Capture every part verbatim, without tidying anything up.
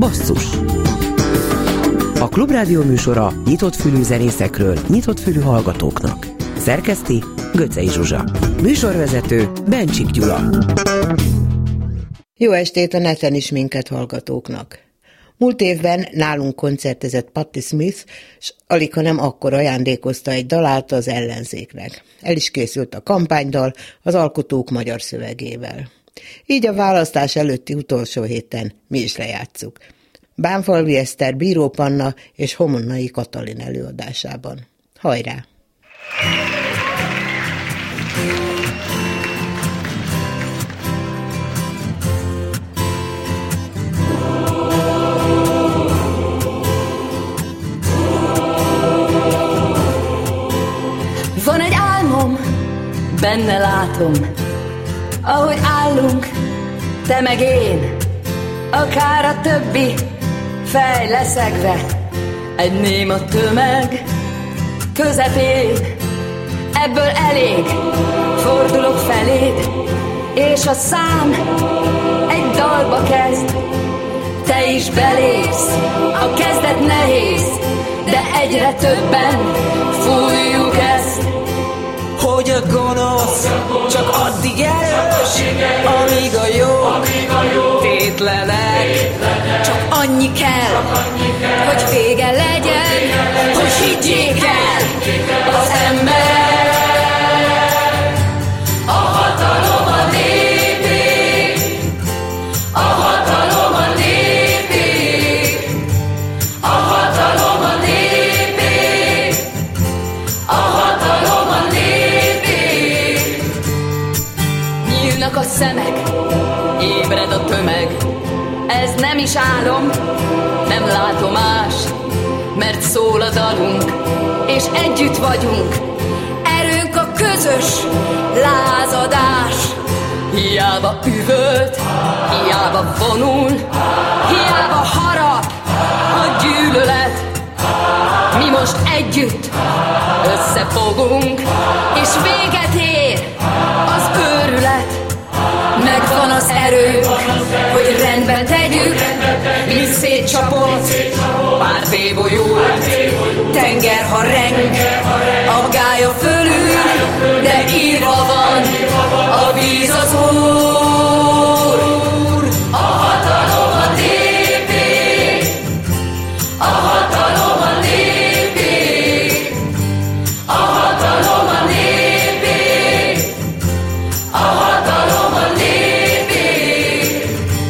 Basszus. A Klubrádió műsora nyitott fülű zenészekről, nyitott fülű hallgatóknak. Szerkeszti Göcsei Zsuzsa. Műsorvezető Bencsik Gyula. Jó estét a neten is minket hallgatóknak. Múlt évben nálunk koncertezett Patti Smith, s alig, ha nem akkor ajándékozta egy dalát az ellenzéknek. El is készült a kampánydal az alkotók magyar szövegével. Így a választás előtti utolsó héten mi is lejátszuk. Bánfalvi Eszter, Bíró Panna és Homonnai Katalin előadásában. Hajrá! Van egy álmom, benne látom, ahogy állunk, te meg én, akár a többi, fejleszegve, egy néma tömeg közepén. Ebből elég, fordulok feléd, és a szám egy dalba kezd. Te is belépsz, a kezdet nehéz, de egyre többen fújjuk ezt. Hogy a gonosz csak addig erős, amíg a jó tétlenek. Csak annyi kell, hogy vége legyen, hogy higgyék el az ember. A hatalom a népé, a hatalom a népé, a hatalom a népé, a hatalom a népé. Nyílnak a szemek, ébred a tömeg. Ez nem is álom, nem látom más, mert szól a dalunk, és együtt vagyunk. Erőnk a közös lázadás. Hiába üvölt, hiába vonul, hiába harap a gyűlölet. Mi most együtt összefogunk, és véget ér az őrület. Megvan az erőnk, hogy rendben tegyük, mint szétcsapott pártébolyót. Tenger, ha reng, aggálya fölül, de írva van a víz az Úr. A hatalom a népé, a hatalom a népé, a hatalom a népé, a hatalom a népé,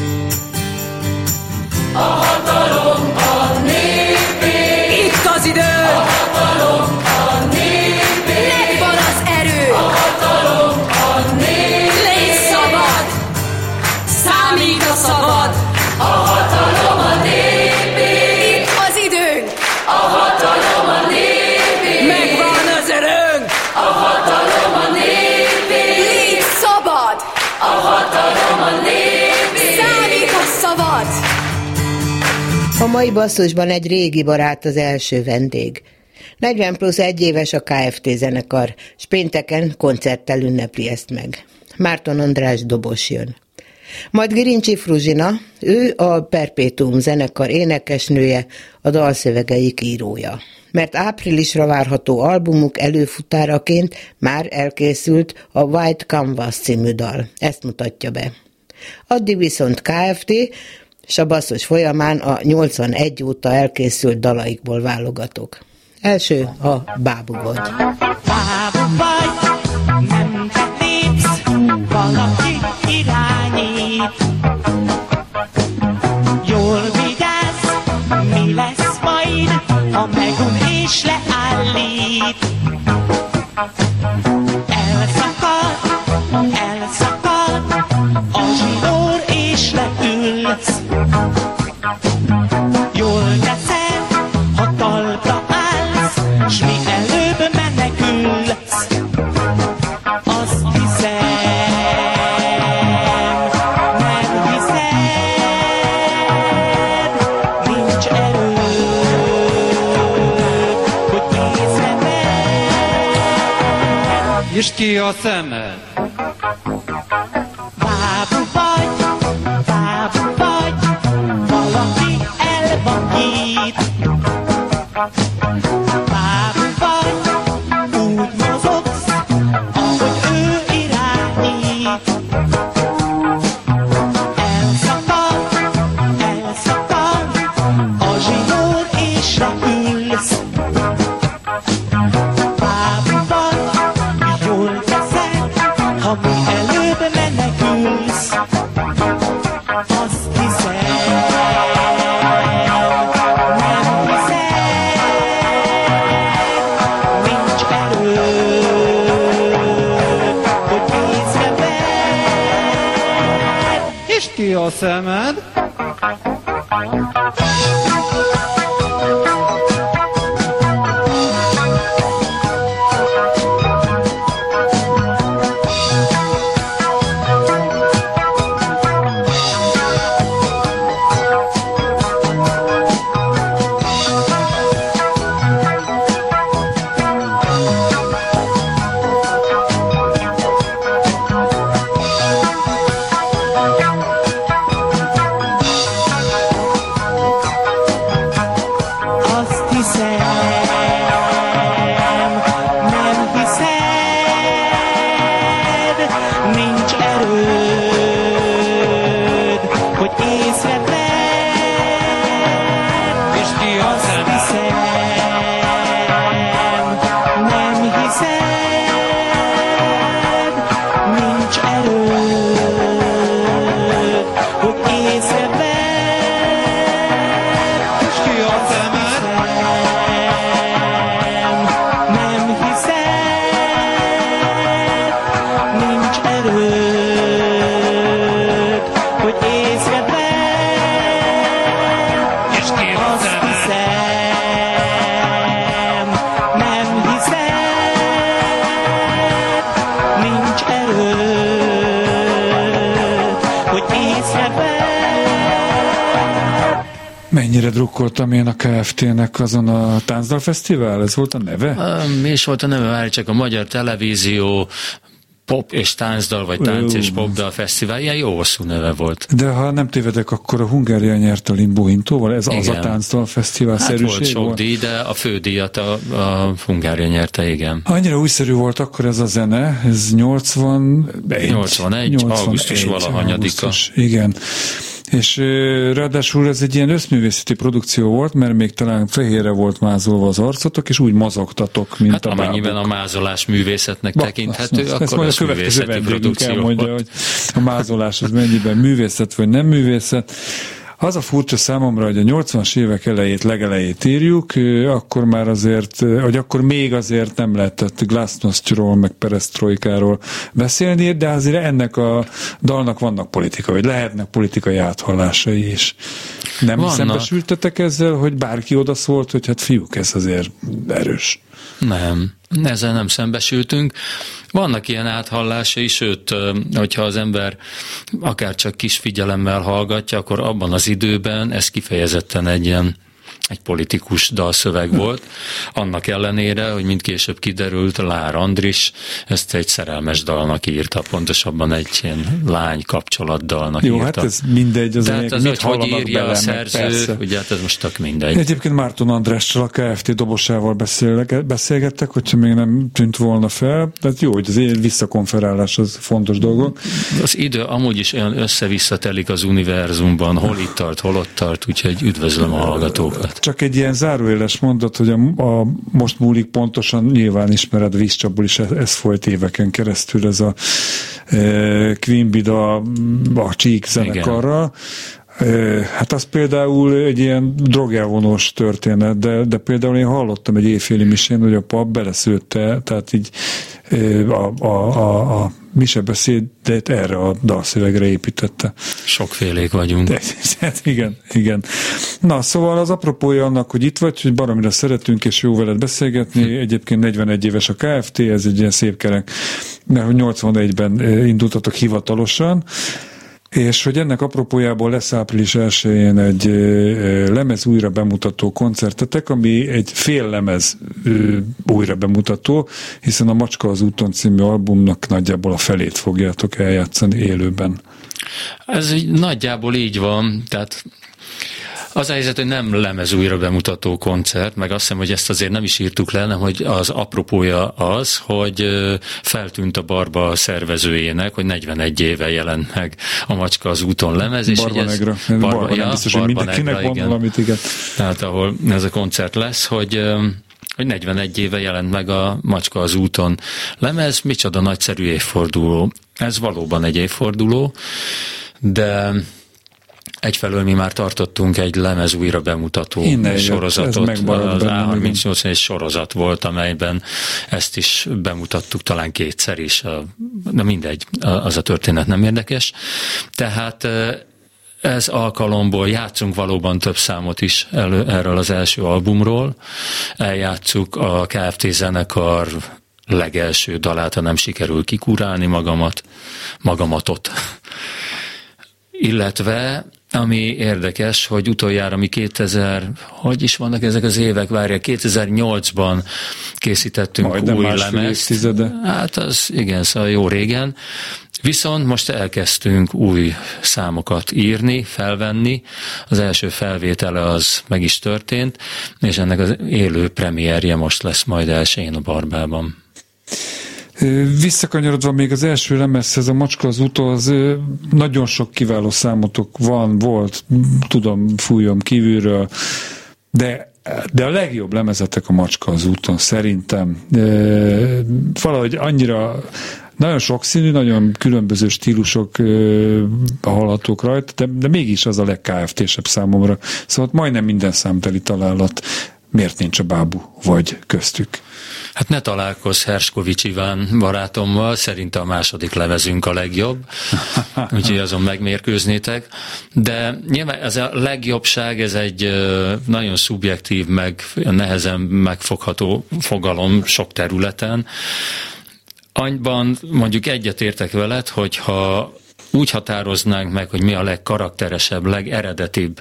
a hatalom a népé. Itt az idő! A hatalom a népé. Megvan az erő! A hatalom a népé. Légy szabad! Számít a szavad! A hatalom a népé. Itt az időnk! A hatalom a népé. Megvan az erőnk! A hatalom a népé. Légy szabad! A hatalom a népé. Számít a szavad! A mai basszusban egy régi barát az első vendég. negyven plusz egy éves a ká ef té zenekar, s pénteken koncerttel ünnepli ezt meg. Márton András dobos jön. Majd Girincsi Fruzsina, ő a Perpétuum zenekar énekesnője, a dalszövegeik írója. Mert áprilisra várható albumuk előfutáraként már elkészült a White Canvas című dal. Ezt mutatja be. Addig viszont ká ef té, s a basszus folyamán a nyolcvanegy óta elkészült dalaikból válogatok. Első a Bábugod. Bábú vagy, nem te lépsz, valaki irányít. Jól vigyázz, mi lesz majd, ha megun és leállít. Elszakad, elszakad, a zsinór és leülsz. Jól teszed, ha talpra állsz, s mi előbb menekülsz. Azt hiszem, nem hiszed, nincs erőd, hogy észrevedd. Nyisd ki a szemed! Bábú vagy, bábú vagy, valaki a szemed? Mennyire drukkoltam én a ká ef té-nek azon a Táncdalfesztivál? Ez volt a neve? A, mi is volt a neve? Várj csak, a Magyar Televízió Pop és Táncdal, vagy Tánc és Popdal Fesztivál, ilyen jó hosszú neve volt. De ha nem tévedek, akkor a Hungária nyert a Limbo Hintóval, ez igen. Az a Táncdalfesztivál hát szerűség volt sok volt? díj, de a fődíjat a, a Hungária nyerte, igen. Annyira újszerű volt akkor ez a zene, ez nyolcvanegy. nyolcvanegy, nyolcvanegy augusztus valahanyadika. Augusztus, igen. És ráadásul ez egy ilyen összművészeti produkció volt, mert még talán fehérre volt mázolva az arcotok, és úgy mozogtatok, mint hát a amennyiben bábok. a mázolás művészetnek ba, tekinthető, azt, akkor ezt majd a következő vendégünk elmondja, hogy a mázolás az mennyiben művészet, vagy nem művészet. Az a furcsa számomra, hogy a nyolcvanas évek elejét, legelejét írjuk, akkor már azért, vagy akkor még azért nem lehetett glasnostról, meg perestrojkáról beszélni, de azért ennek a dalnak vannak politikai, vagy lehetnek politikai áthallásai is. Nem vannak. Szembesültetek ezzel, hogy bárki odaszólt, hogy hát fiúk, ez azért erős. Nem, ezzel nem szembesültünk. Vannak ilyen áthallásai, sőt, hogyha az ember akár csak kis figyelemmel hallgatja, akkor abban az időben ez kifejezetten egy ilyen egy politikus dalszöveg volt, annak ellenére, hogy mind később kiderült, Lár Andris ezt egy szerelmes dalnak írta, pontosabban egy ilyen lány kapcsolatdalnak Jó, írta. hát ez mindegy, az hát az, mit hogy hogy írja bele, a szerző, persze. ugye hát ez most tök mindegy. Egyébként Márton Andrással, a ká ef té dobosával beszélgettek, hogyha még nem tűnt volna fel, tehát jó, hogy az visszakonferálás az fontos dolog. Az idő amúgy is olyan össze-visszatelik az univerzumban, hol itt tart, hol ott tart, úgyhogy üdvözlöm a hallgatókat. Csak egy ilyen záróéles mondat, hogy a, a most múlik pontosan, nyilván ismered, Vízcsapból is ez, ez folyt éveken keresztül, ez a e, Queen Bee a, a Csík zenekarral. E, hát az például egy ilyen drogelvonós történet, de, de például én hallottam egy éjféli misén, hogy a pap beleszőtte, tehát így e, a, a, a, a misebeszédet erre a dalszövegre építette. Sokfélék vagyunk. De, hát igen, igen. Na, szóval az apropója annak, hogy itt vagy, hogy baromira szeretünk, és jó veled beszélgetni. Hm. Egyébként negyvenegy éves a ká ef té, ez egy ilyen szép kerek, mert hogy nyolcvanegyben indultatok hivatalosan, és hogy ennek apropójából lesz április elsején egy lemez újra bemutató koncertetek, ami egy fél lemez újra bemutató, hiszen a Macska az úton című albumnak nagyjából a felét fogjátok eljátszani élőben. Ez nagyjából így van, tehát az a helyzet, hogy nem lemez újra bemutató koncert, meg azt hiszem, hogy ezt azért nem is írtuk le, hanem hogy az apropója az, hogy feltűnt a Barba szervezőjének, hogy negyvenegy éve jelent meg a Macska az úton lemez. És Barba ez, Negra. Barba, Barba ja, nem biztos, Barba hogy mindenkinek Negra, van igen. valamit, igen. Tehát ahol ez a koncert lesz, hogy hogy negyvenegy éve jelent meg a Macska az úton lemez, micsoda nagyszerű évforduló. Ez valóban egy évforduló, de egyfelől mi már tartottunk egy lemez újra bemutató Innen sorozatot. Az á harmincnyolc egy sorozat volt, amelyben ezt is bemutattuk talán kétszer is. De mindegy, az a történet nem érdekes. Tehát ez alkalomból játszunk valóban több számot is elő, erről az első albumról. Eljátszuk a ká ef té zenekar legelső dalát, ha nem sikerül kikurálni magamat, magamatot. Illetve, ami érdekes, hogy utoljára mi kétezer, hogy is vannak ezek az évek, várják, kétezer-nyolcban készítettünk majdnem új másfél lemezt. évtizede. Hát az igen, szóval jó régen. Viszont most elkezdtünk új számokat írni, felvenni. Az első felvétele az meg is történt, és ennek az élő premierje most lesz majd elsőjén a Barbában. Visszakanyarodva még az első lemezhez, a Macska az úton, az nagyon sok kiváló számotok van, volt, tudom, fújom kívülről, de, de a legjobb lemezetek a Macska az úton, szerintem. Valahogy annyira nagyon sokszínű, nagyon különböző stílusok hallhatók rajta, de, de mégis az a legká ef té-sebb számomra. Szóval majdnem minden számteli találat. Miért nincs a bábú vagy köztük? Hát ne találkozz Herskovics Iván barátommal, szerinte a második lemezünk a legjobb, úgyhogy azon megmérkőznétek. De nyilván ez a legjobbság, ez egy nagyon szubjektív, meg nehezen megfogható fogalom sok területen. Annyiban mondjuk egyetértek veled, hogyha úgy határoznánk meg, hogy mi a legkarakteresebb, legeredetibb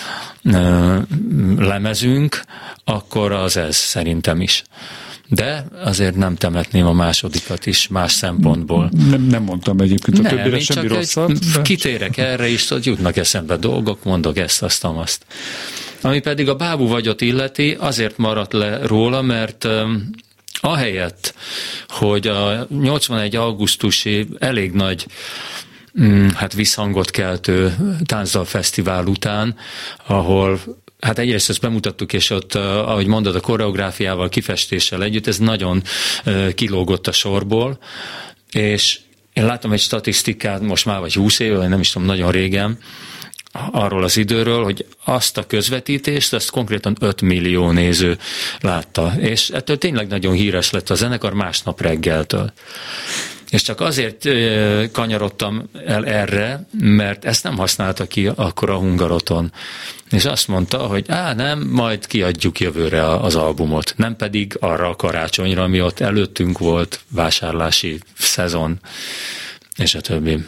lemezünk, akkor az ez szerintem is. De azért nem temetném a másodikat is más szempontból. Nem, nem mondtam egyébként a nem, többire semmi rosszat. De... kitérek erre is, hogy jutnak eszembe dolgok, mondok ezt, azt, azt. Ami pedig a Bábú vagyot illeti, azért maradt le róla, mert um, ahelyett, hogy a nyolcvanegy augusztusi elég nagy hát visszhangot keltő táncdalfesztivál után, ahol hát egyrészt ezt bemutattuk, és ott, ahogy mondod, a koreográfiával, kifestéssel együtt, ez nagyon kilógott a sorból, és én láttam egy statisztikát, most már vagy húsz éve, vagy nem is tudom, nagyon régen, arról az időről, hogy azt a közvetítést, azt konkrétan öt millió néző látta, és ettől tényleg nagyon híres lett a zenekar másnap reggeltől. És csak azért kanyarodtam el erre, mert ezt nem használta ki akkor a Hungaroton. És azt mondta, hogy á, nem, majd kiadjuk jövőre az albumot. Nem pedig arra a karácsonyra, ami ott előttünk volt, vásárlási szezon, és a többi.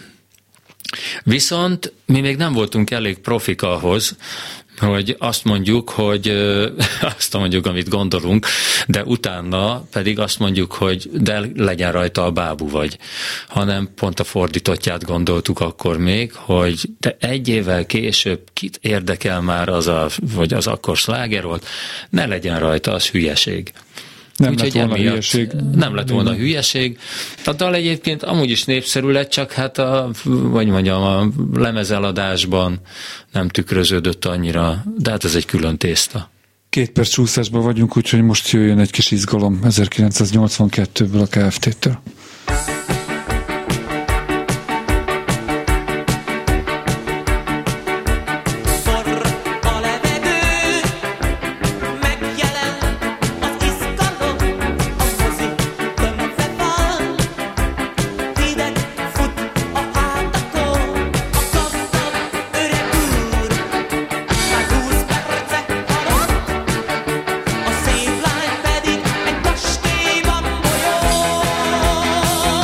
Viszont mi még nem voltunk elég profik ahhoz, hogy azt mondjuk, hogy azt mondjuk, amit gondolunk, de utána pedig azt mondjuk, hogy de legyen rajta a Bábú vagy. Hanem pont a fordítottját gondoltuk akkor még, hogy de egy évvel később kit érdekel már az a, vagy az akkor sláger volt, ne legyen rajta, az hülyeség. Nem Úgy, lett volna hülyeség. Nem lett volna hülyeség. A dal egyébként amúgy is népszerű lett, csak hát a, vagy mondjam, a lemezeladásban nem tükröződött annyira, de hát ez egy külön tészta. Két perc csúszásban vagyunk, úgyhogy most jöjjön egy kis izgalom ezerkilencszáznyolcvankettőből a ká ef té-től. Szép lány pedig egy kastélyban bolyog.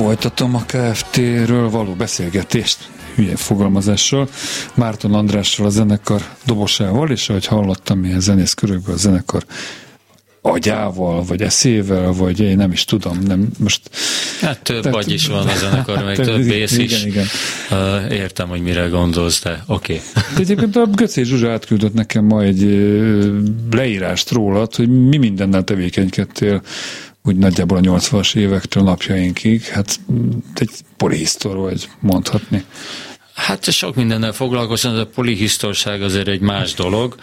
Folytatom a ká ef té-ről való beszélgetést, hülye fogalmazással, Márton Andrással, a zenekar dobosával, és ahogy hallottam, ilyen zenész körökből a zenekar agyával, vagy eszével, vagy én nem is tudom, nem most... Hát több tehát, agy is van a zenekar, meg több ész is. Igen, igen. Uh, értem, hogy mire gondolsz, de oké. Okay. De egyébként a Göcé Zsuzsa átküldött nekem ma egy leírást rólad, hogy mi mindennel tevékenykedtél úgy nagyjából a nyolcvanas évektől napjainkig. Hát egy polihisztor vagy mondhatni. Hát sok mindennel foglalkozom, a polihisztorság azért egy más dolog,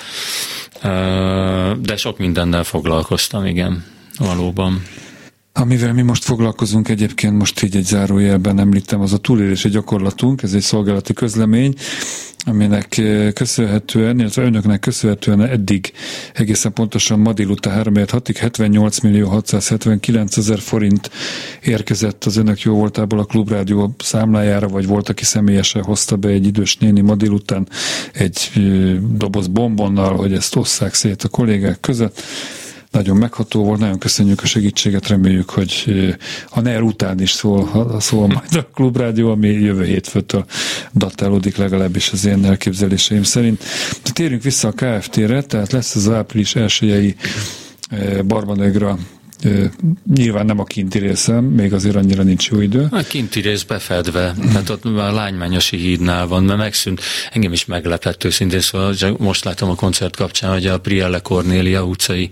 de sok mindennel foglalkoztam, igen, valóban. Amivel mi most foglalkozunk egyébként, most így egy zárójelben említem, az a túlélési gyakorlatunk, ez egy szolgálati közlemény, aminek köszönhetően, illetve önöknek köszönhetően eddig egészen pontosan ma délután három hatig hetvennyolc millió hatszázhetvenkilencezer forint érkezett az önök jó voltából a Klubrádió számlájára, vagy volt, aki személyesen hozta be egy idős néni ma délután egy doboz bombonnal, hogy ezt osszák szét a kollégák között. Nagyon megható volt, nagyon köszönjük a segítséget, reméljük, hogy a NER után is szól, szól majd a Klubrádió, ami jövő hétfőtől datálódik, legalábbis az én elképzeléseim szerint. De térjünk vissza a ká ef té-re, tehát lesz az április elsőjei Barbanögra, nyilván nem a kinti részem, még azért annyira nincs jó idő. A kinti rész befedve, tehát ott a Lánymányosi hídnál van, mert megszűnt. Engem is meglepett őszintén, szóval most látom a koncert kapcsán, hogy a Prielle Kornélia utcai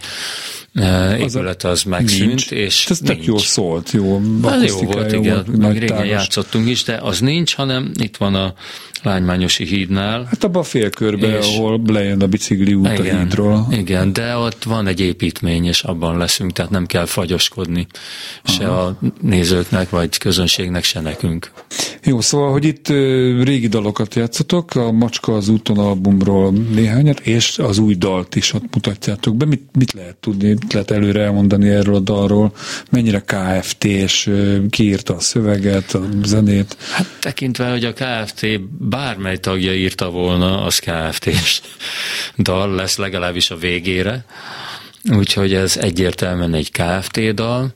épület az megszűnt, nincs. És ez tök jól szólt, jó jó volt, igen, volt, meg régen táros. Játszottunk is, de az nincs, hanem itt van a Lánymányosi hídnál. Hát abban a félkörben, és ahol lejön a bicikli út igen, a hídról. Igen, de ott van egy építmény, és abban leszünk, tehát nem kell fagyoskodni se aha. a nézőknek, vagy közönségnek, se nekünk. Jó, szóval, hogy itt régi dalokat játszotok, a Macska az úton albumról néhányat, és az új dalt is ott mutatjátok be. Mit, mit lehet tudni, mit lehet előre elmondani erről a dalról? Mennyire ká ef té-s, ki írta a szöveget, a zenét? Hát tekintve, hogy a ká ef té bármely tagja írta volna, az ká ef té-s dal lesz legalábbis a végére. Úgyhogy ez egyértelműen egy ká ef té dal.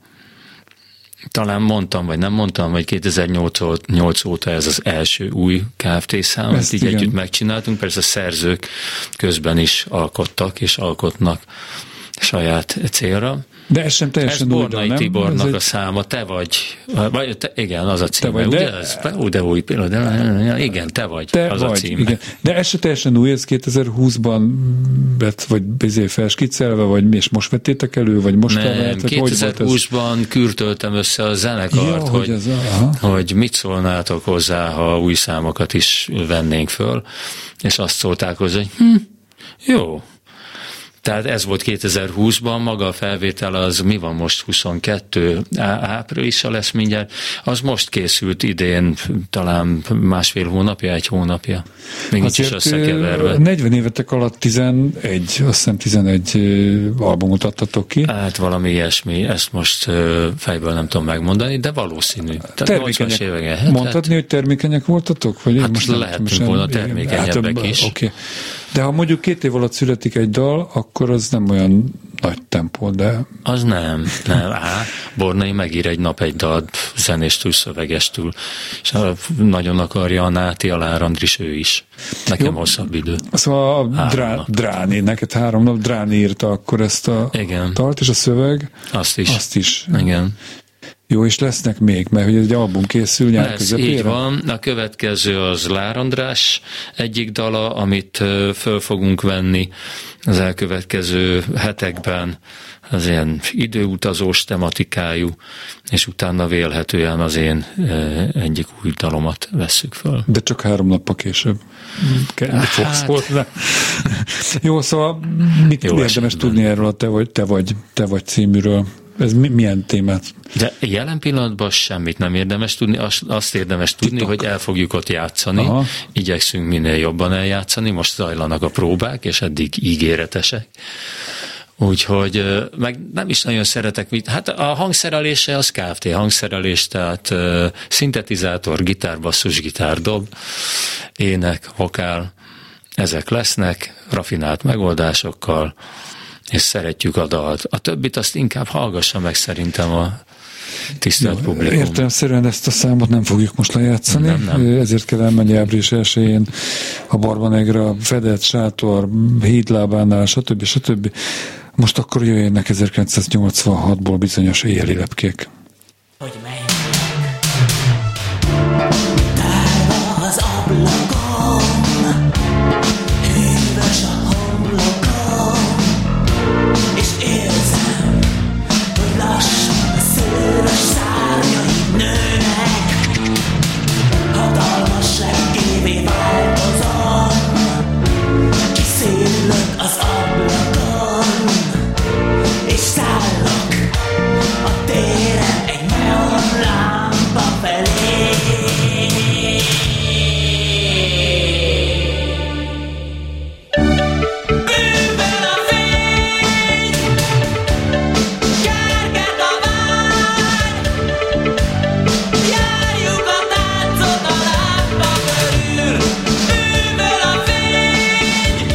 Talán mondtam, vagy nem mondtam, hogy kétezer-nyolc óta ez az első új ká ef té szám, ezt így igen. együtt megcsináltunk. Persze a szerzők közben is alkottak és alkotnak saját célra. De ez sem teljesen ez új, Bornai nem? Tibornak egy... a száma, te vagy, vagy te, igen, az a címe, vagy, ugye? de... Ez, de új pillanat, de, igen, te vagy, te az vagy, a címe. Igen. De ez se teljesen új, ez kétezer-húszban vett, vagy bizony felskiccelve, vagy és most vettétek elő, vagy most nem, elvehet, kétezer-húszban kürtöltem össze a zenekart, ja, hogy, hogy, ez, hogy mit szólnátok hozzá, ha új számokat is vennénk föl, és azt szólták hozzá, hogy hm, jó. Tehát ez volt kétezer-húszban, maga a felvétel az mi van most huszonkettő áprilisa lesz mindjárt, az most készült idén, talán másfél hónapja, egy hónapja. Még nincs is összekeverve. negyven évetek alatt tizenegy, azt hiszem tizenegy albumot adtatok ki. Hát valami ilyesmi, ezt most fejből nem tudom megmondani, de valószínű. Termékenyek. Éveken, mondhatni, hogy termékenyek voltatok? Vagy hát most lehetünk volna termékenyebbek hát, is. Okay. De ha mondjuk két év alatt születik egy dal, akkor az nem olyan nagy tempó, de... Az nem, nem. Á, Bornai megír egy nap egy dalt, zenéstül, szövegestül, és nagyon akarja a Náti, a Lár Andris, ő is. Nekem jó. Hosszabb idő. Szóval a Drá- Dráni, neked három nap, Dráni írta akkor ezt a igen. dalt, és a szöveg? Azt is. Azt is. Igen. Jó, és lesznek még, mert hogy egy album készül nyár lesz, közepére. Így van. A következő az Lár András egyik dala, amit föl fogunk venni az elkövetkező hetekben. Az ilyen időutazós tematikájú, és utána vélhetően az én egyik új dalomat vesszük föl. De csak három nappal később kell fogsz hát... hozzá. Jó, szóval mit jó érdemes esetben. Tudni erről a Te vagy, te vagy, te vagy címűről? Ez mi, milyen témát? De jelen pillanatban semmit nem érdemes tudni, azt érdemes tudni, Titok. Hogy el fogjuk ott játszani, aha. Igyekszünk minél jobban eljátszani, most zajlanak a próbák, és eddig ígéretesek. Úgyhogy meg nem is nagyon szeretek, mit, hát a hangszerelése az ká ef té hangszerelés, tehát uh, szintetizátor, gitár, basszus, gitár, dob, ének, vokál, ezek lesznek, rafinált megoldásokkal, és szeretjük a dalt. A többit azt inkább hallgassa meg szerintem a tisztelt publikum. Értelemszerűen ezt a számot nem fogjuk most lejátszani, nem, nem. ezért kell elmenni április elsején a Barbanegra, fedett sátor, hídlábánál, stb. stb. Most akkor jöjjenek ezerkilencszáznyolcvanhatból bizonyos éjjeli lepkék. Hogy menj. Tárva az ablakon, hűvös a homlokom, és érzem, hogy lassan a szőrös szárnyaid nőnek, hatalmas reggévé változom, kiszélök az ablakon, és szállok a téren egy neonlámpa felé. Bűnből a fény, kerget a vágy, járjuk a táncot a lámpa körül. Bűnből a fény,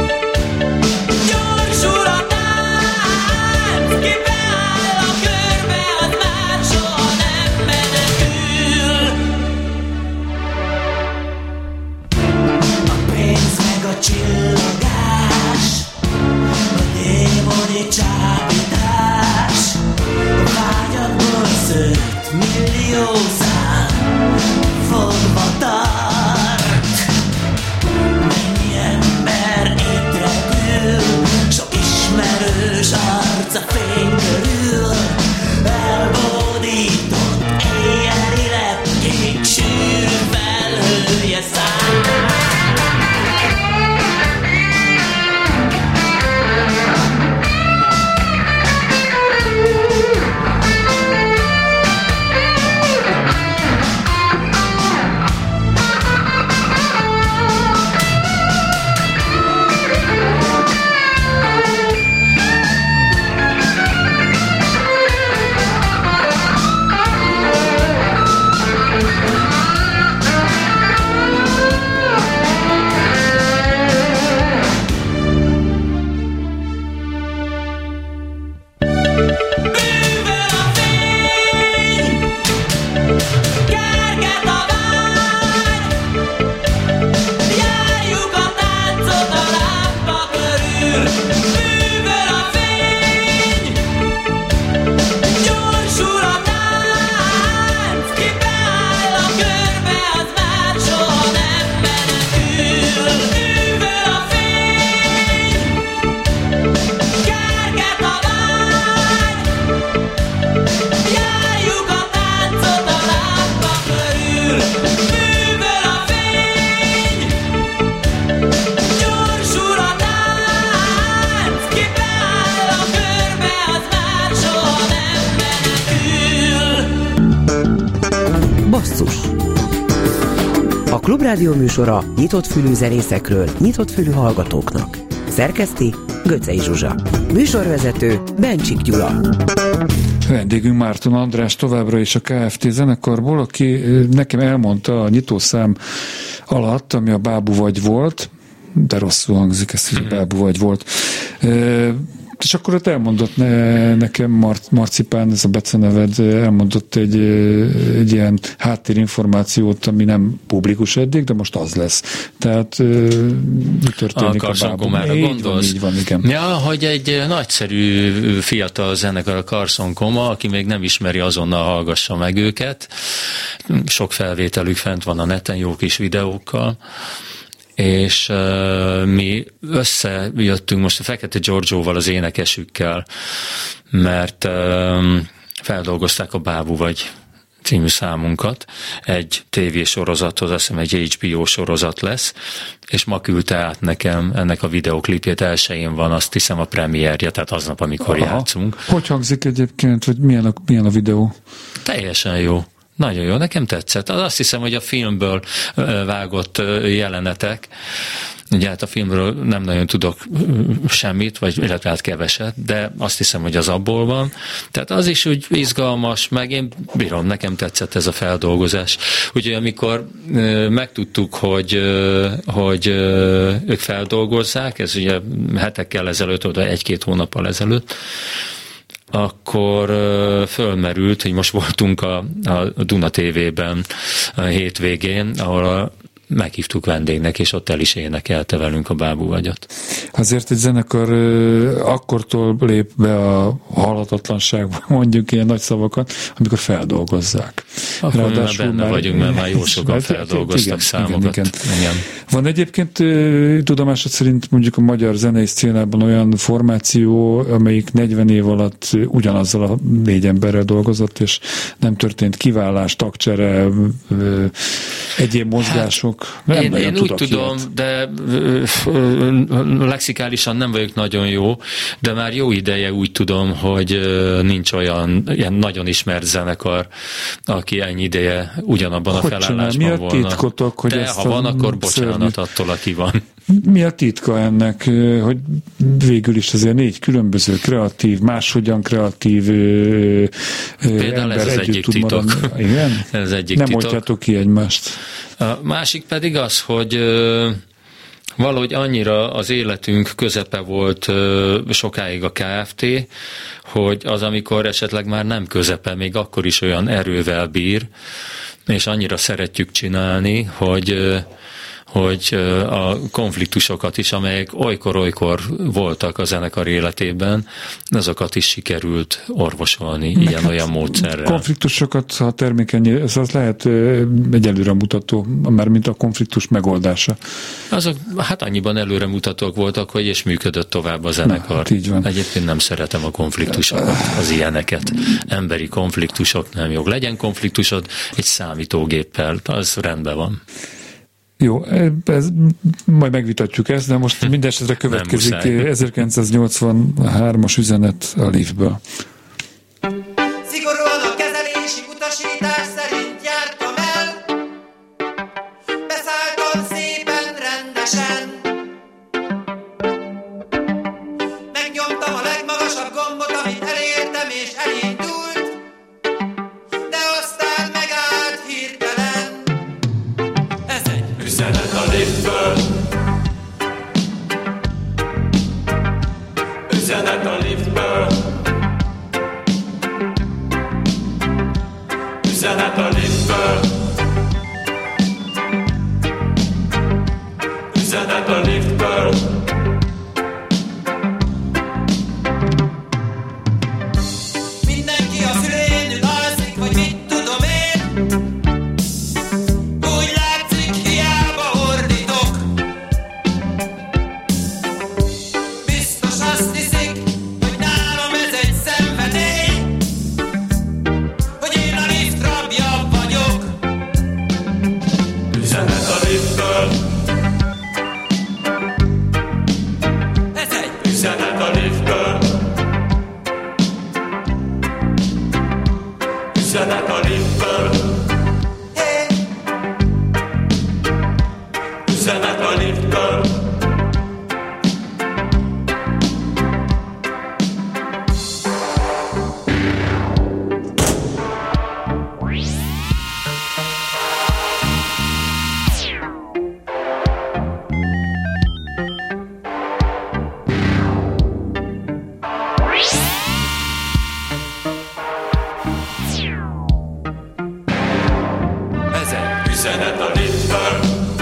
gyorsul a tánc, ki beáll a körbe, az már soha nem menekül. A pénz meg a csillogás, a démoni csábítás, a vágyakból szőtt millió szám fogva tart. Mennyi ember itt repül, sok ismerős arc a fény körül, elbódított éjjeli lepkék sűrű felhője száll. Bűnből a fény, kerget a vágy, járjuk a táncot a lámpa körül. Bűnből a fény, gyorsul a tánc, ki beáll a körbe, az már soha nem menekül. Bűnből a fény, kerget a vágy, járjuk a táncot a lámpa körül. Bűnből a fény, gyorsul a tánc, ki beáll a körbe, az már soha nem menekül. Basszus. A Klubrádió műsora nyitott fülű zenészekről, nyitott fülű hallgatóknak. Szerkeszti Göcsei Zsuzsa. Műsorvezető Bencsik Gyula. Vendégünk Márton András továbbra is a Kft. Zenekarból, aki nekem elmondta a nyitószám alatt, ami a Bábú vagy volt, de rosszul hangzik ez, hogy a Bábú vagy volt. És akkor ott elmondott ne, nekem Mar- Marcipán, ez a beceneved, elmondott egy, egy ilyen háttérinformációt, ami nem publikus eddig, de most az lesz. Tehát mi történik a, a Carson Bábú? Comára gondolsz? Így van, igen. Ja, hogy egy nagyszerű fiatal zenekar, a Carson Coma, aki még nem ismeri, azonnal hallgassa meg őket. Sok felvételük fent van a neten, jó kis videókkal. És uh, mi összejöttünk most a Fekete Giorgioval, az énekesükkel, mert uh, feldolgozták a Bábú vagy című számunkat, egy tévésorozathoz, azt hiszem egy há bé ó sorozat lesz, és ma küldte át nekem ennek a videoklipjét, elsőjén van, azt hiszem a premierje, tehát aznap, amikor Aha. játszunk. Hogy hangzik egyébként, hogy milyen a, milyen a videó? Teljesen jó. Nagyon jó, nekem tetszett. Azt hiszem, hogy a filmből vágott jelenetek, ugye hát a filmről nem nagyon tudok semmit, vagy illetve hát keveset, de azt hiszem, hogy az abból van. Tehát az is úgy izgalmas, meg én bírom, nekem tetszett ez a feldolgozás. Ugye amikor megtudtuk, hogy, hogy ők feldolgozzák, ez ugye hetekkel ezelőtt, vagy egy-két hónappal ezelőtt, akkor uh, fölmerült, hogy most voltunk a, a Duna té vében a hétvégén, ahol a meghívtuk vendégnek, és ott el is énekelte velünk a Bábú Vagyot. Azért egy zenekar uh, akkortól lép be a halhatatlanságba, mondjuk ilyen nagy szavakat, amikor feldolgozzák. Akkor ráadásul benne már vagyunk, mert már jó sokan feldolgoztak igen, számokat. Igen, igen. Igen. Van egyébként uh, tudomásod szerint mondjuk a magyar zenei szcénában olyan formáció, amelyik negyven év alatt ugyanazzal a négy emberrel dolgozott, és nem történt kiválás, tagcsere, uh, egyéb mozgások. Nem én én úgy tudom, ilyet. De lexikálisan nem vagyok nagyon jó, de már jó ideje úgy tudom, hogy nincs olyan ilyen nagyon ismert zenekar, aki ennyi ideje ugyanabban hogy a felállásban volna. Mi a titkotok, hogy de ha van, akkor bocsánat szörnyű. Attól, aki van. Mi a titka ennek, hogy végül is azért négy különböző kreatív, máshogyan kreatív például ember ez az egyik titok. Igen? Ez egyik nem titok. oldjátok ki egymást. A másik pedig az, hogy valahogy annyira az életünk közepe volt sokáig a ká ef té, hogy az, amikor esetleg már nem közepe, még akkor is olyan erővel bír, és annyira szeretjük csinálni, hogy hogy a konfliktusokat is, amelyek olykor-olykor voltak a zenekar életében, azokat is sikerült orvosolni ilyen-olyan hát módszerrel. Konfliktusokat, ha termékeny, ez az lehet egy előremutató, már mint a konfliktus megoldása. Azok hát annyiban előremutatók voltak, hogy és működött tovább a zenekar. Na, hát így van. Egyébként nem szeretem a konfliktusokat, az ilyeneket. Emberi konfliktusok nem jók. Legyen konfliktusod egy számítógéppel, az rendben van. Jó, ez, majd megvitatjuk ezt, de most mindesetre következik ezerkilencszáznyolcvanhármas üzenet a liftből. Szigorúan a kezelési utasítás szerint jártam el, beszálltam szépen rendesen, megnyomtam a legmagasabb gombot, amit elértem és elindult, de aztán megállt hirtelen. Ez egy üzenet a liftből, üzenet a liftből, üzenet a liftből, üzenet a liftből. Mindenki a fülén alszik, hogy mit tudom én, úgy látszik, hiába ordítok. Biztos azt hiszik, hogy nálam ez egy szenvedély, hogy én a lift rabja vagyok. Üzenet a liftből, ez egy üzenet a liftből, üzenet a liftből, hey. Üzenet a liftből. Ez egy üzenet a liftből,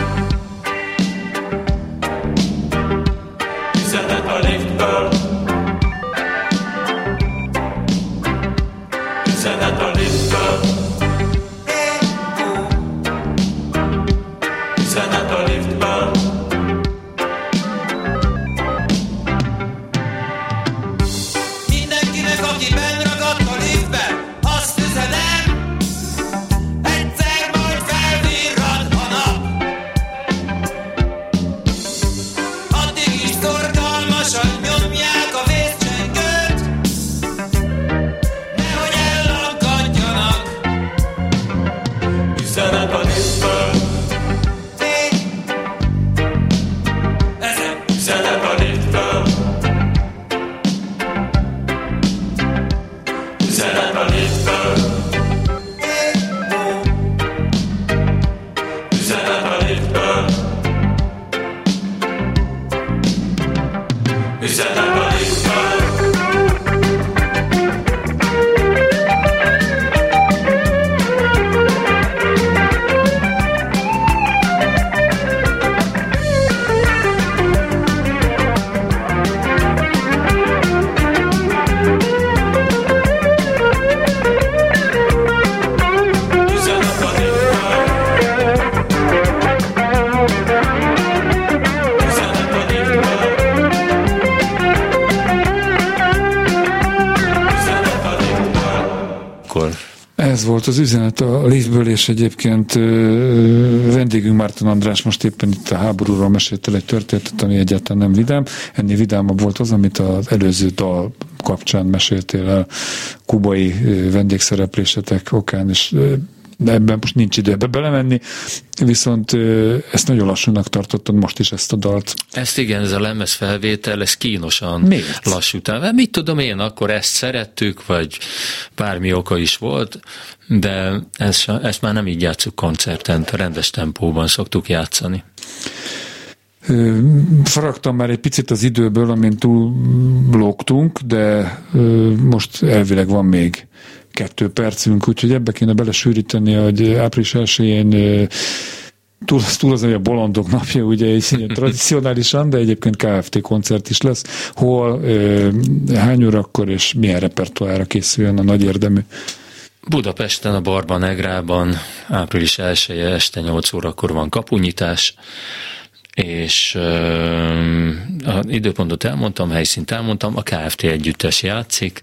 üzenet a liftből, üzenet a liftből, üzenet a liftből. Mindenkinek, aki benn ragadt a liftbe, azt üzenem, egyszer majd felvirrad a nap. Addig is szorgalmasan nyomják a vészcsengőt, nehogy ellankadjanak. Üzenet a liftből, ez egy üzenet a liftből, üzenet a liftből, üzenet a liftből, üzenet a liftből, akkor... Ez volt az üzenet a Leafből, és egyébként vendégünk Márton András most éppen itt a háborúról mesélt el egy történetet, ami egyáltalán nem vidám. Ennél vidámabb volt az, amit az előző dal kapcsán meséltél el kubai vendégszereplésetek okán, és de ebben most nincs idő ebbe belemenni, viszont ezt nagyon lassúnak tartottad most is ezt a dalt. Ezt igen, ez a lemez felvétel, ez kínosan Miért? lassú. Tehát mit tudom én, akkor ezt szerettük, vagy bármi oka is volt, de ezt, ezt már nem így játszuk koncerten, rendes tempóban szoktuk játszani. Faragtam már egy picit az időből, amint túl lógtunk, de most elvileg van még kettő percünk, úgyhogy ebbe kéne belesűríteni, hogy április elsején túl, túl az, hogy a bolondok napja, ugye egy tradicionálisan, de egyébként ká ef té koncert is lesz. Hol, hány órakor és milyen repertoárra készüljön a nagy érdemű? Budapesten, a Barba Negrában április elseje este nyolc órakor van kapunyítás, és uh, az időpontot elmondtam, helyszínt elmondtam, a ká ef té együttes játszik.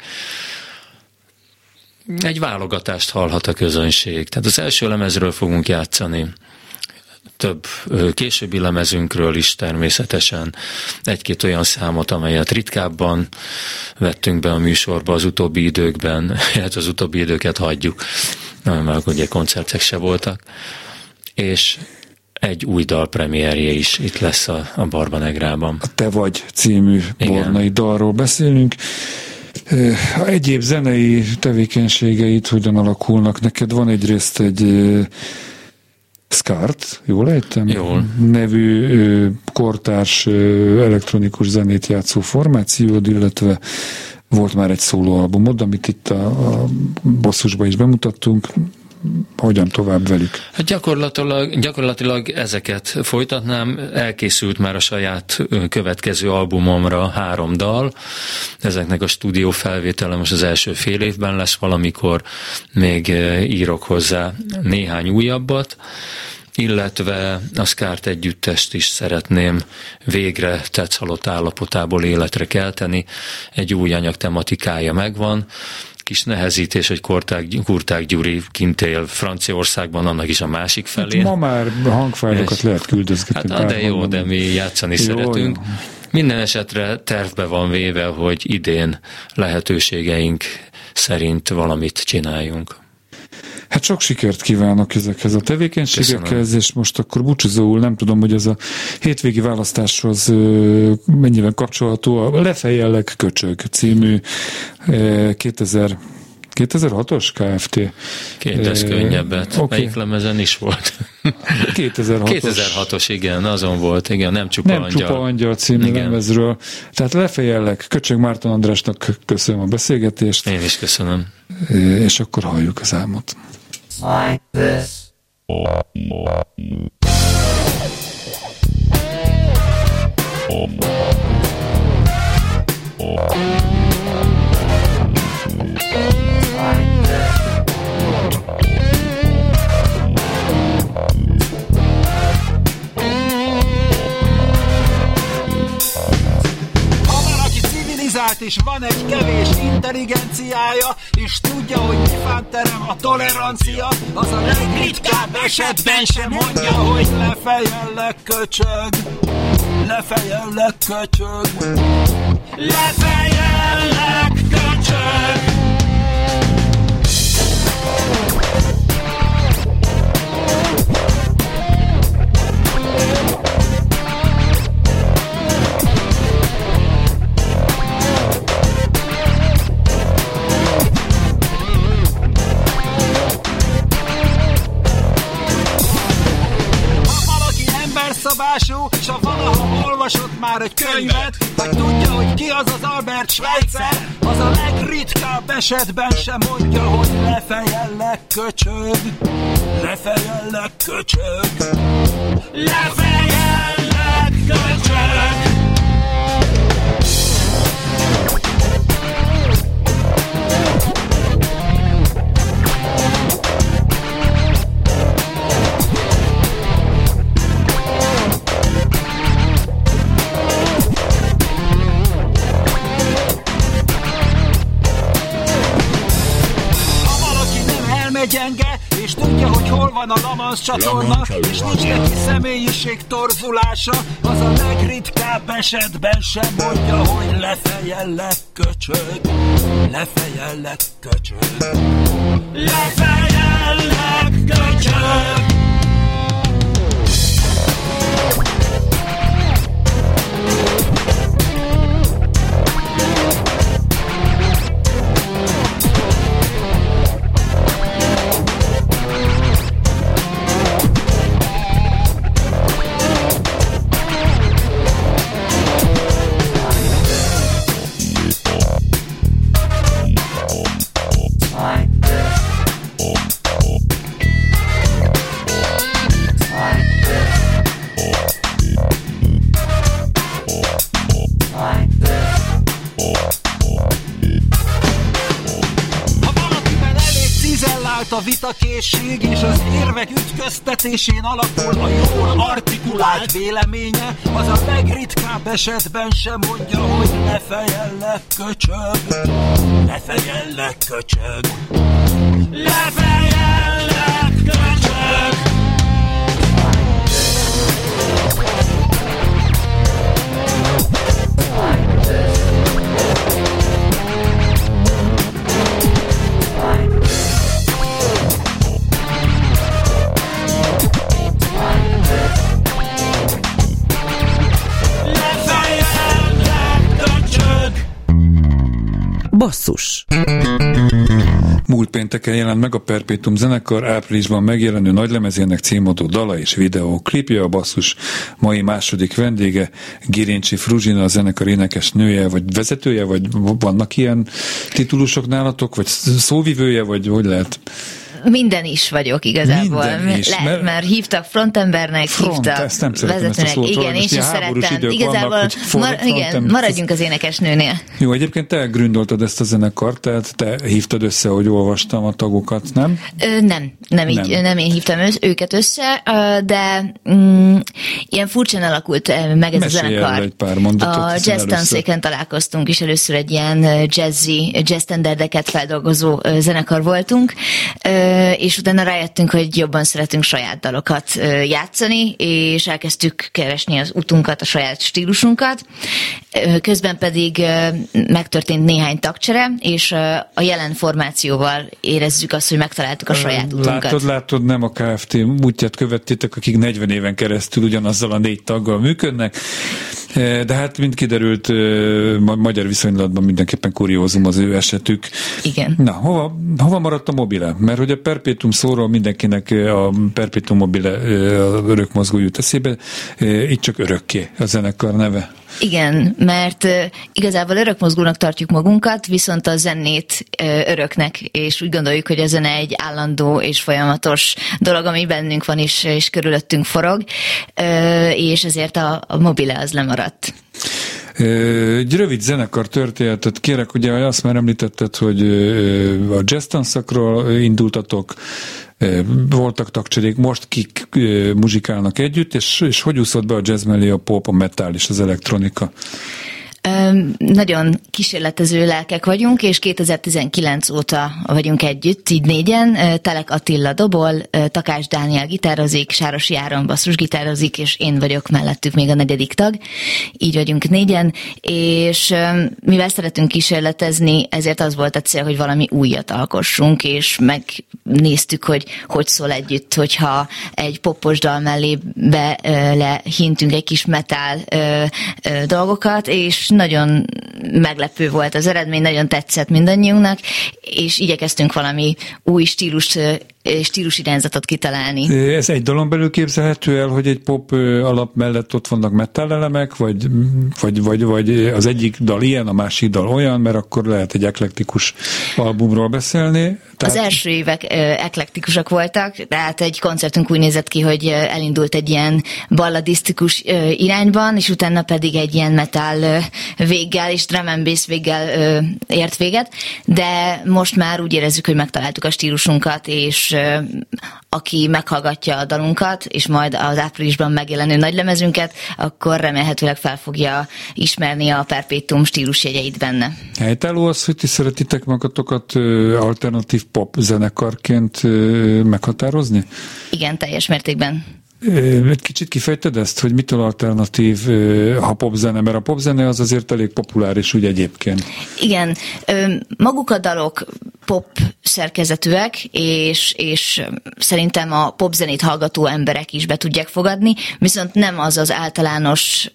Egy válogatást hallhat a közönség. Tehát az első lemezről fogunk játszani, több későbbi lemezünkről is természetesen, egy-két olyan számot, amelyet ritkábban vettünk be a műsorba az utóbbi időkben, hát az utóbbi időket hagyjuk, mert ugye koncertek se voltak, és egy új dal premierje is itt lesz a, a Barba Negrában. A Te vagy című bornai dalról beszélünk. Egyéb zenei tevékenységeid hogyan alakulnak? Neked van egyrészt egy Skart, jól ejtem? Jól. Nevű kortárs elektronikus zenét játszó formációd, illetve volt már egy szólóalbumod, amit itt a, a Bosszusban is bemutattunk. Hogyan tovább velük? Hát gyakorlatilag, gyakorlatilag ezeket folytatnám. Elkészült már a saját következő albumomra három dal. Ezeknek a stúdió felvétele most az első fél évben lesz valamikor. Még írok hozzá néhány újabbat, illetve a Skart együttest is szeretném végre tetszhalott állapotából életre kelteni. Egy új anyag tematikája megvan. Kis nehezítés, hogy Kurták, Kurták Gyuri kint él Franciaországban, annak is a másik felén. Hát ma már hangfájlokat és lehet küldözgetni. Hát de jó, de mi játszani jó, szeretünk. Jó. Minden esetre tervbe van véve, hogy idén lehetőségeink szerint valamit csináljunk. Hát sok sikert kívánok ezekhez a tevékenységekhez, és most akkor búcsúzóul nem tudom, hogy ez a hétvégi választáshoz mennyiben kapcsolható. A Lefejellek köcsög című kétezer kétezer-hatos ká ef té. Kérdezz könnyebbet. Okay. Melyik lemezen is volt? kétezer-hatos. kétezer-hatos, igen, azon volt, igen, nem csupa nem angyal. Nem csupa angyal című igen. lemezről. Tehát Lefejellek, Köcsög Márton Andrásnak köszönöm a beszélgetést. Én is köszönöm. És akkor halljuk az álmot. Like this. És van egy kevés intelligenciája, és tudja, hogy mi fánterem a tolerancia, az a legritkább esetben sem mondja, hogy lefejellek köcsög, lefejellek köcsög, lefejellek köcsög. Szabású, s ha valaha olvasott már egy könyvet, vagy tudja, hogy ki az az Albert Schweitzer, az a legritkább esetben sem mondja, hogy lefejellek köcsög, lefejellek köcsög, lefejellek köcsög. zene gyenge, és tudja, hogy hol van a Lamansz csatorna, és nincs neki személyiség torzulása, az a legritkább esetben sem mondja, hogy lefejellek, köcsög, lefejellek, köcsög, lefejellek, köcsög. A vitakészség és az érvek ütköztetésén alapul a jól artikulált véleménye, az a legritkább esetben sem mondja, hogy lefejellek, köcsög, lefejellek, köcsög, lefejellek, köcsög. Basszus. Múlt pénteken jelent meg a Perpétum zenekar áprilisban megjelenő nagylemezének címadó dala és videóklipje. A Basszus mai második vendége Girincsi Fruzsina, a zenekar énekes nője, vagy vezetője, vagy vannak ilyen titulusok nálatok, vagy szóvivője, vagy hogy lehet? Minden is vagyok igazából. Minden is, Lehet, mert, mert hívtak frontembernek, front, hívtak ezt nem vezetőnek. Ezt szót, igen, és is szerettem. Igazából vannak, mar, igen, maradjunk az énekesnőnél. Jó, egyébként te gründoltad ezt a zenekart, tehát te hívtad össze, hogy olvastam a tagokat, nem? Ö, nem, nem, így, nem. nem én hívtam össze, őket össze, de mm, ilyen furcsán alakult meg ez Mesélj a zenekar. Egy pár mondatot, a jazz tanszéken találkoztunk, és először egy ilyen jazzy, jazz standardeket feldolgozó zenekar voltunk, és utána rájöttünk, hogy jobban szeretünk saját dalokat játszani, és elkezdtük keresni az utunkat, a saját stílusunkat. Közben pedig megtörtént néhány tagcsere, és a jelen formációval érezzük azt, hogy megtaláltuk a saját utunkat. Látod, látod, nem a Kft. Útját követtétek, akik negyven éven keresztül ugyanazzal a négy taggal működnek, de hát mind kiderült, magyar viszonylatban mindenképpen kuriózum az ő esetük. Igen. Na, hova, hova maradt a mobile? Mert hogy a Perpétum szóról mindenkinek a Perpétum mobile örökmozgó jut eszébe, itt csak örökké a zenekar neve. Igen, mert uh, igazából örökmozgónak tartjuk magunkat, viszont a zenét uh, öröknek, és úgy gondoljuk, hogy a zene egy állandó és folyamatos dolog, ami bennünk van és, és körülöttünk forog, uh, és ezért a, a mobile az lemaradt. Egy rövid zenekar történetet kérek, ugye azt már említetted, hogy a jazz tanszakról indultatok, voltak tagcserék, most kik muzsikálnak együtt, és, és hogy úszott be a jazz mellé a pop, a metal és az elektronika? Nagyon kísérletező lelkek vagyunk, és kétezer-tizenkilenc óta vagyunk együtt, így négyen. Telek Attila dobol, Takács Dániel gitározik, Sárosi Áron basszusgitározik, és én vagyok mellettük még a negyedik tag. Így vagyunk négyen, és mivel szeretünk kísérletezni, ezért az volt a cél, hogy valami újat alkossunk, és megnéztük, hogy hogy szól együtt, hogyha egy popos dal mellé belehintünk egy kis metal dolgokat, és nagyon meglepő volt az eredmény, nagyon tetszett mindannyiunknak, és igyekeztünk valami új stílus, stílusirányzatot kitalálni. Ez egy dalon belül képzelhető el, hogy egy pop alap mellett ott vannak metal elemek, vagy, vagy, vagy, vagy az egyik dal ilyen, a másik dal olyan, mert akkor lehet egy eklektikus albumról beszélni. Tehát... Az első évek eklektikusak voltak, tehát egy koncertünk úgy nézett ki, hogy elindult egy ilyen balladisztikus irányban, és utána pedig egy ilyen metal véggel és drum and bass véggel ért véget, de most már úgy érezzük, hogy megtaláltuk a stílusunkat, és aki meghallgatja a dalunkat, és majd az áprilisban megjelenő nagylemezünket, akkor remélhetőleg fel fogja ismerni a Perpétum stílusjegyeit benne. Helytálló az, hogy ti szeretitek magatokat alternatív pop zenekarként meghatározni? Igen, teljes mértékben. Egy kicsit kifejted ezt, hogy mitől alternatív, ha popzene, mert a popzene az azért elég populáris úgy egyébként. Igen, maguk a dalok pop szerkezetűek, és, és szerintem a popzenét hallgató emberek is be tudják fogadni, viszont nem az az általános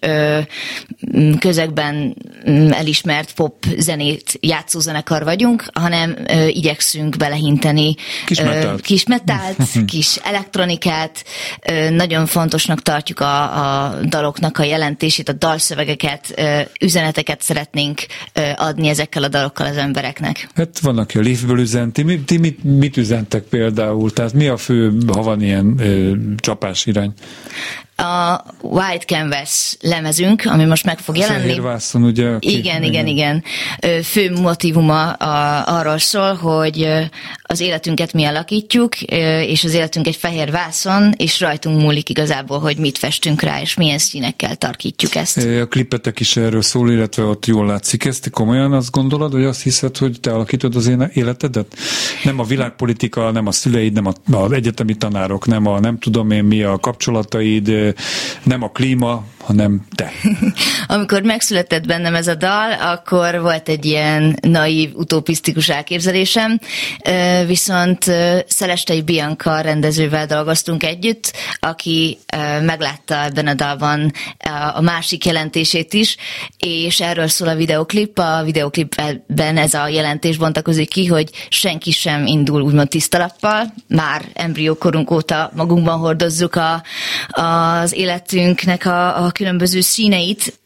közegben elismert popzenét játszó zenekar vagyunk, hanem igyekszünk belehinteni kis metált, kis, metált, kis elektronikát. Nagyon fontosnak tartjuk a, a daloknak a jelentését, a dalszövegeket, üzeneteket szeretnénk adni ezekkel a dalokkal az embereknek. Hát van, aki a Leafből üzent. Ti, ti mit, mit üzentek például? Tehát mi a fő, ha van ilyen ö, csapás irány? A White Canvas lemezünk, ami most meg fog jelenni. Fehér vászon, ugye? Aki, igen, igen, igen. Fő motívuma a, arról szól, hogy az életünket mi alakítjuk, és az életünk egy fehér vászon, és rajtunk múlik igazából, hogy mit festünk rá, és milyen színekkel tarkítjuk ezt. A klipetek is erről szól, illetve ott jól látszik. Ezt komolyan azt gondolod, hogy azt hiszed, hogy te alakítod az én életedet? Nem a világpolitika, nem a szüleid, nem az egyetemi tanárok, nem a nem tudom én mi a kapcsolataid, nem a klíma, hanem te. Amikor megszületett bennem ez a dal, akkor volt egy ilyen naív, utopisztikus elképzelésem, viszont Szelestei Bianca rendezővel dolgoztunk együtt, aki meglátta ebben a dalban a másik jelentését is, és erről szól a videoklip. A videoklipben ez a jelentés bontakozik ki, hogy senki sem indul úgymond tiszta lappal, már embriókorunk óta magunkban hordozzuk a, az életünknek a, a különböző színeit,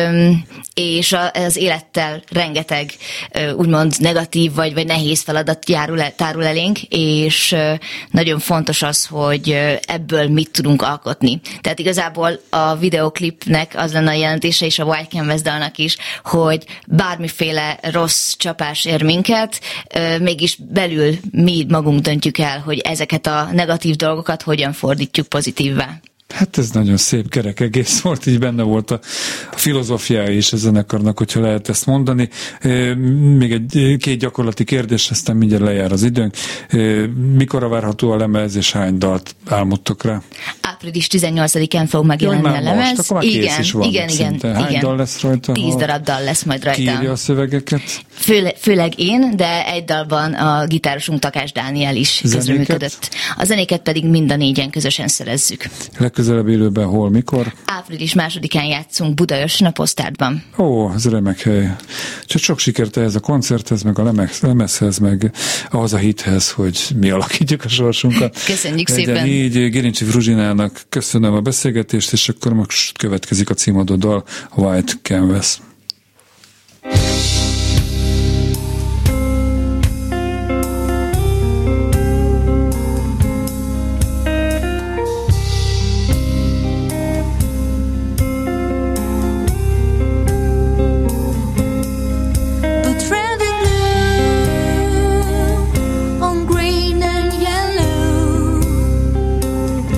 és az élettel rengeteg úgymond negatív vagy, vagy nehéz feladat járul el, tárul elénk, és nagyon fontos az, hogy ebből mit tudunk alkotni. Tehát igazából a videoklipnek az lenne a jelentése, és a White Canvas dalnak is, hogy bármiféle rossz csapás ér minket, mégis belül mi magunk döntjük el, hogy ezeket a negatív dolgokat hogyan fordítjuk pozitívvá. Hát ez nagyon szép kerek egész volt, így benne volt a, a filozófiája is a zenekarnak, hogyha lehet ezt mondani. Még egy két gyakorlati kérdés, aztán mindjárt lejár az időnk. Mikorra várható a lemez, és hány dalt álmodtok rá? április tizennyolcadikán fog megjelenni Jaj, a lemez. Most, akkor már igen, kész is van. igen, igen, igen. Hány dal lesz rajta? Tíz darab dal lesz majd rajta. Ki írja a szövegeket? Főle, főleg én, de egy dalban a gitárosunk Takás Dániel is közreműködött. A zenéket pedig mind a négyen közösen szerezzük. Legközelebb élőben hol, mikor? április másodikán játszunk Budaörsön a Posztárdban. Ó, ez remek hely. Csak sok sikert ehhez a koncerthez, meg a lemez, lemezhez, meg ahhoz a hithez, hogy mi alakítjuk a sorsunkat. Köszönjük Legyen szépen. Így Gérincsi Fruzsinának köszönöm a beszélgetést, és akkor most következik a címadó dal, White Canvas.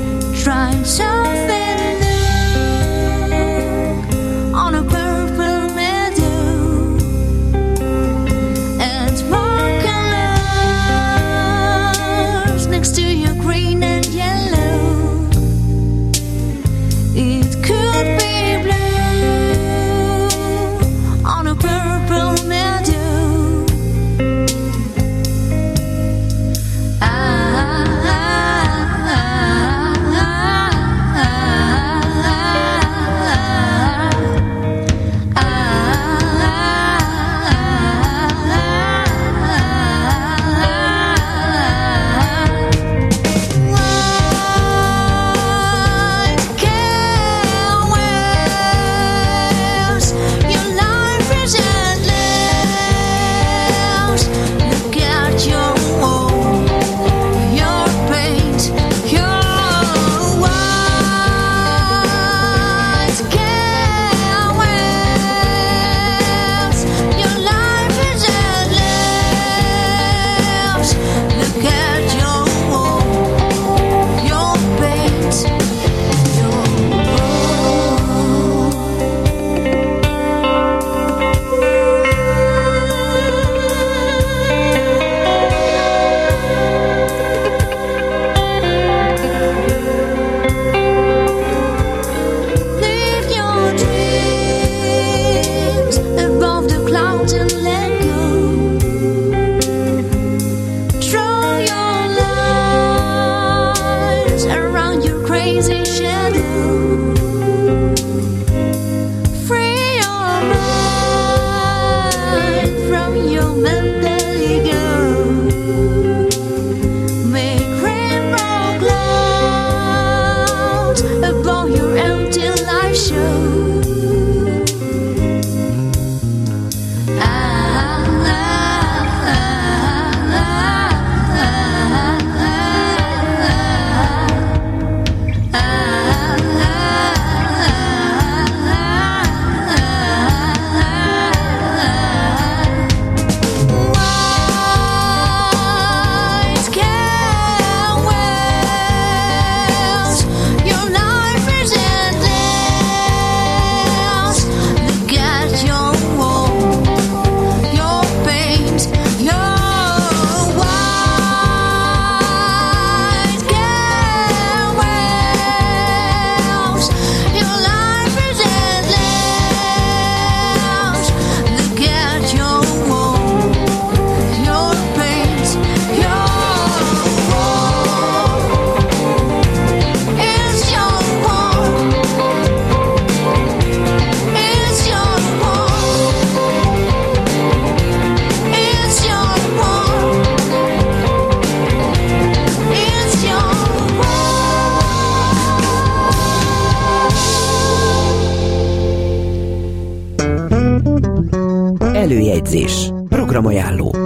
Something new on a purple hazy shadow. Free your mind from your mental ego. Make rainbow clouds above your empty life show. Előjegyzés. Programajánló.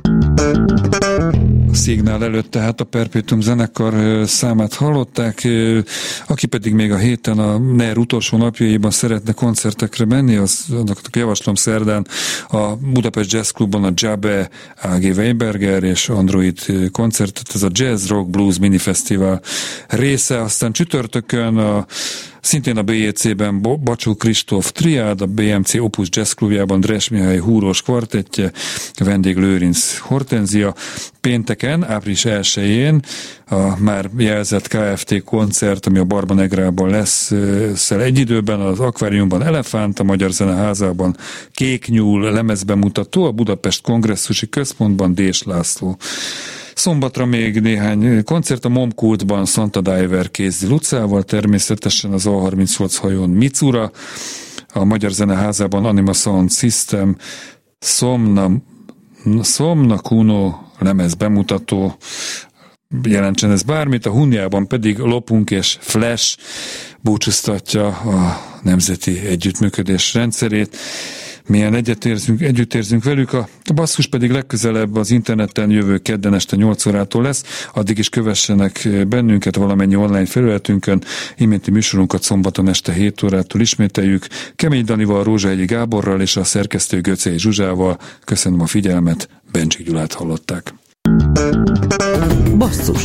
Szignál előtt tehát a Perpetuum zenekar számát hallották, aki pedig még a héten a NER utolsó napjaiban szeretne koncertekre menni, az annak javaslom szerdán a Budapest Jazz Clubban a Jabe, á gé Weinberger és Android koncertet, ez a Jazz Rock Blues Mini Fesztivál része, aztán csütörtökön a szintén a bé jé cében Bacsó Kristóf Triád, a bé em cé Opus Jazz Klubjában Dres Mihály húrós kvartettje, vendég Lőrinc Hortenzia. Pénteken, április elsején a már jelzett ká ef té koncert, ami a Barba Negrában lesz, szel egy időben az Akváriumban Elefánt, a Magyar Zeneházában Kék Nyúl lemezbemutató, a Budapest Kongresszusi Központban Dés László. Szombatra még néhány koncert a Momkultban Santa Diver Kézdi Lucával, természetesen az á harmincnyolc hajón Mitsura, a Magyar Zeneházában Anima Sound System, Somna, Somna Kuno lemez bemutató, jelentsen ez bármit, a Hunjában pedig Lopunk és Flash búcsúztatja a Nemzeti Együttműködés rendszerét. Milyen egyetérzünk, együttérzünk velük, a basszus pedig legközelebb az interneten jövő kedden este nyolc órától lesz, addig is kövessenek bennünket valamennyi online felületünkön, iménti műsorunkat szombaton este hét órától ismételjük, Kemény Danival, Rózsahegyi Gáborral és a szerkesztő Göcei Zsuzsával. Köszönöm a figyelmet, Bencsik Gyulát hallották. Basszus.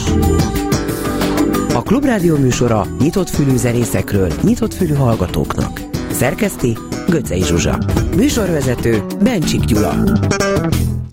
A Klubrádió műsora nyitott fülű zenészekről, nyitott fülű hallgatóknak. Szerkeszti Göcei Zsuzsa. Műsorvezető Bencsik Gyula.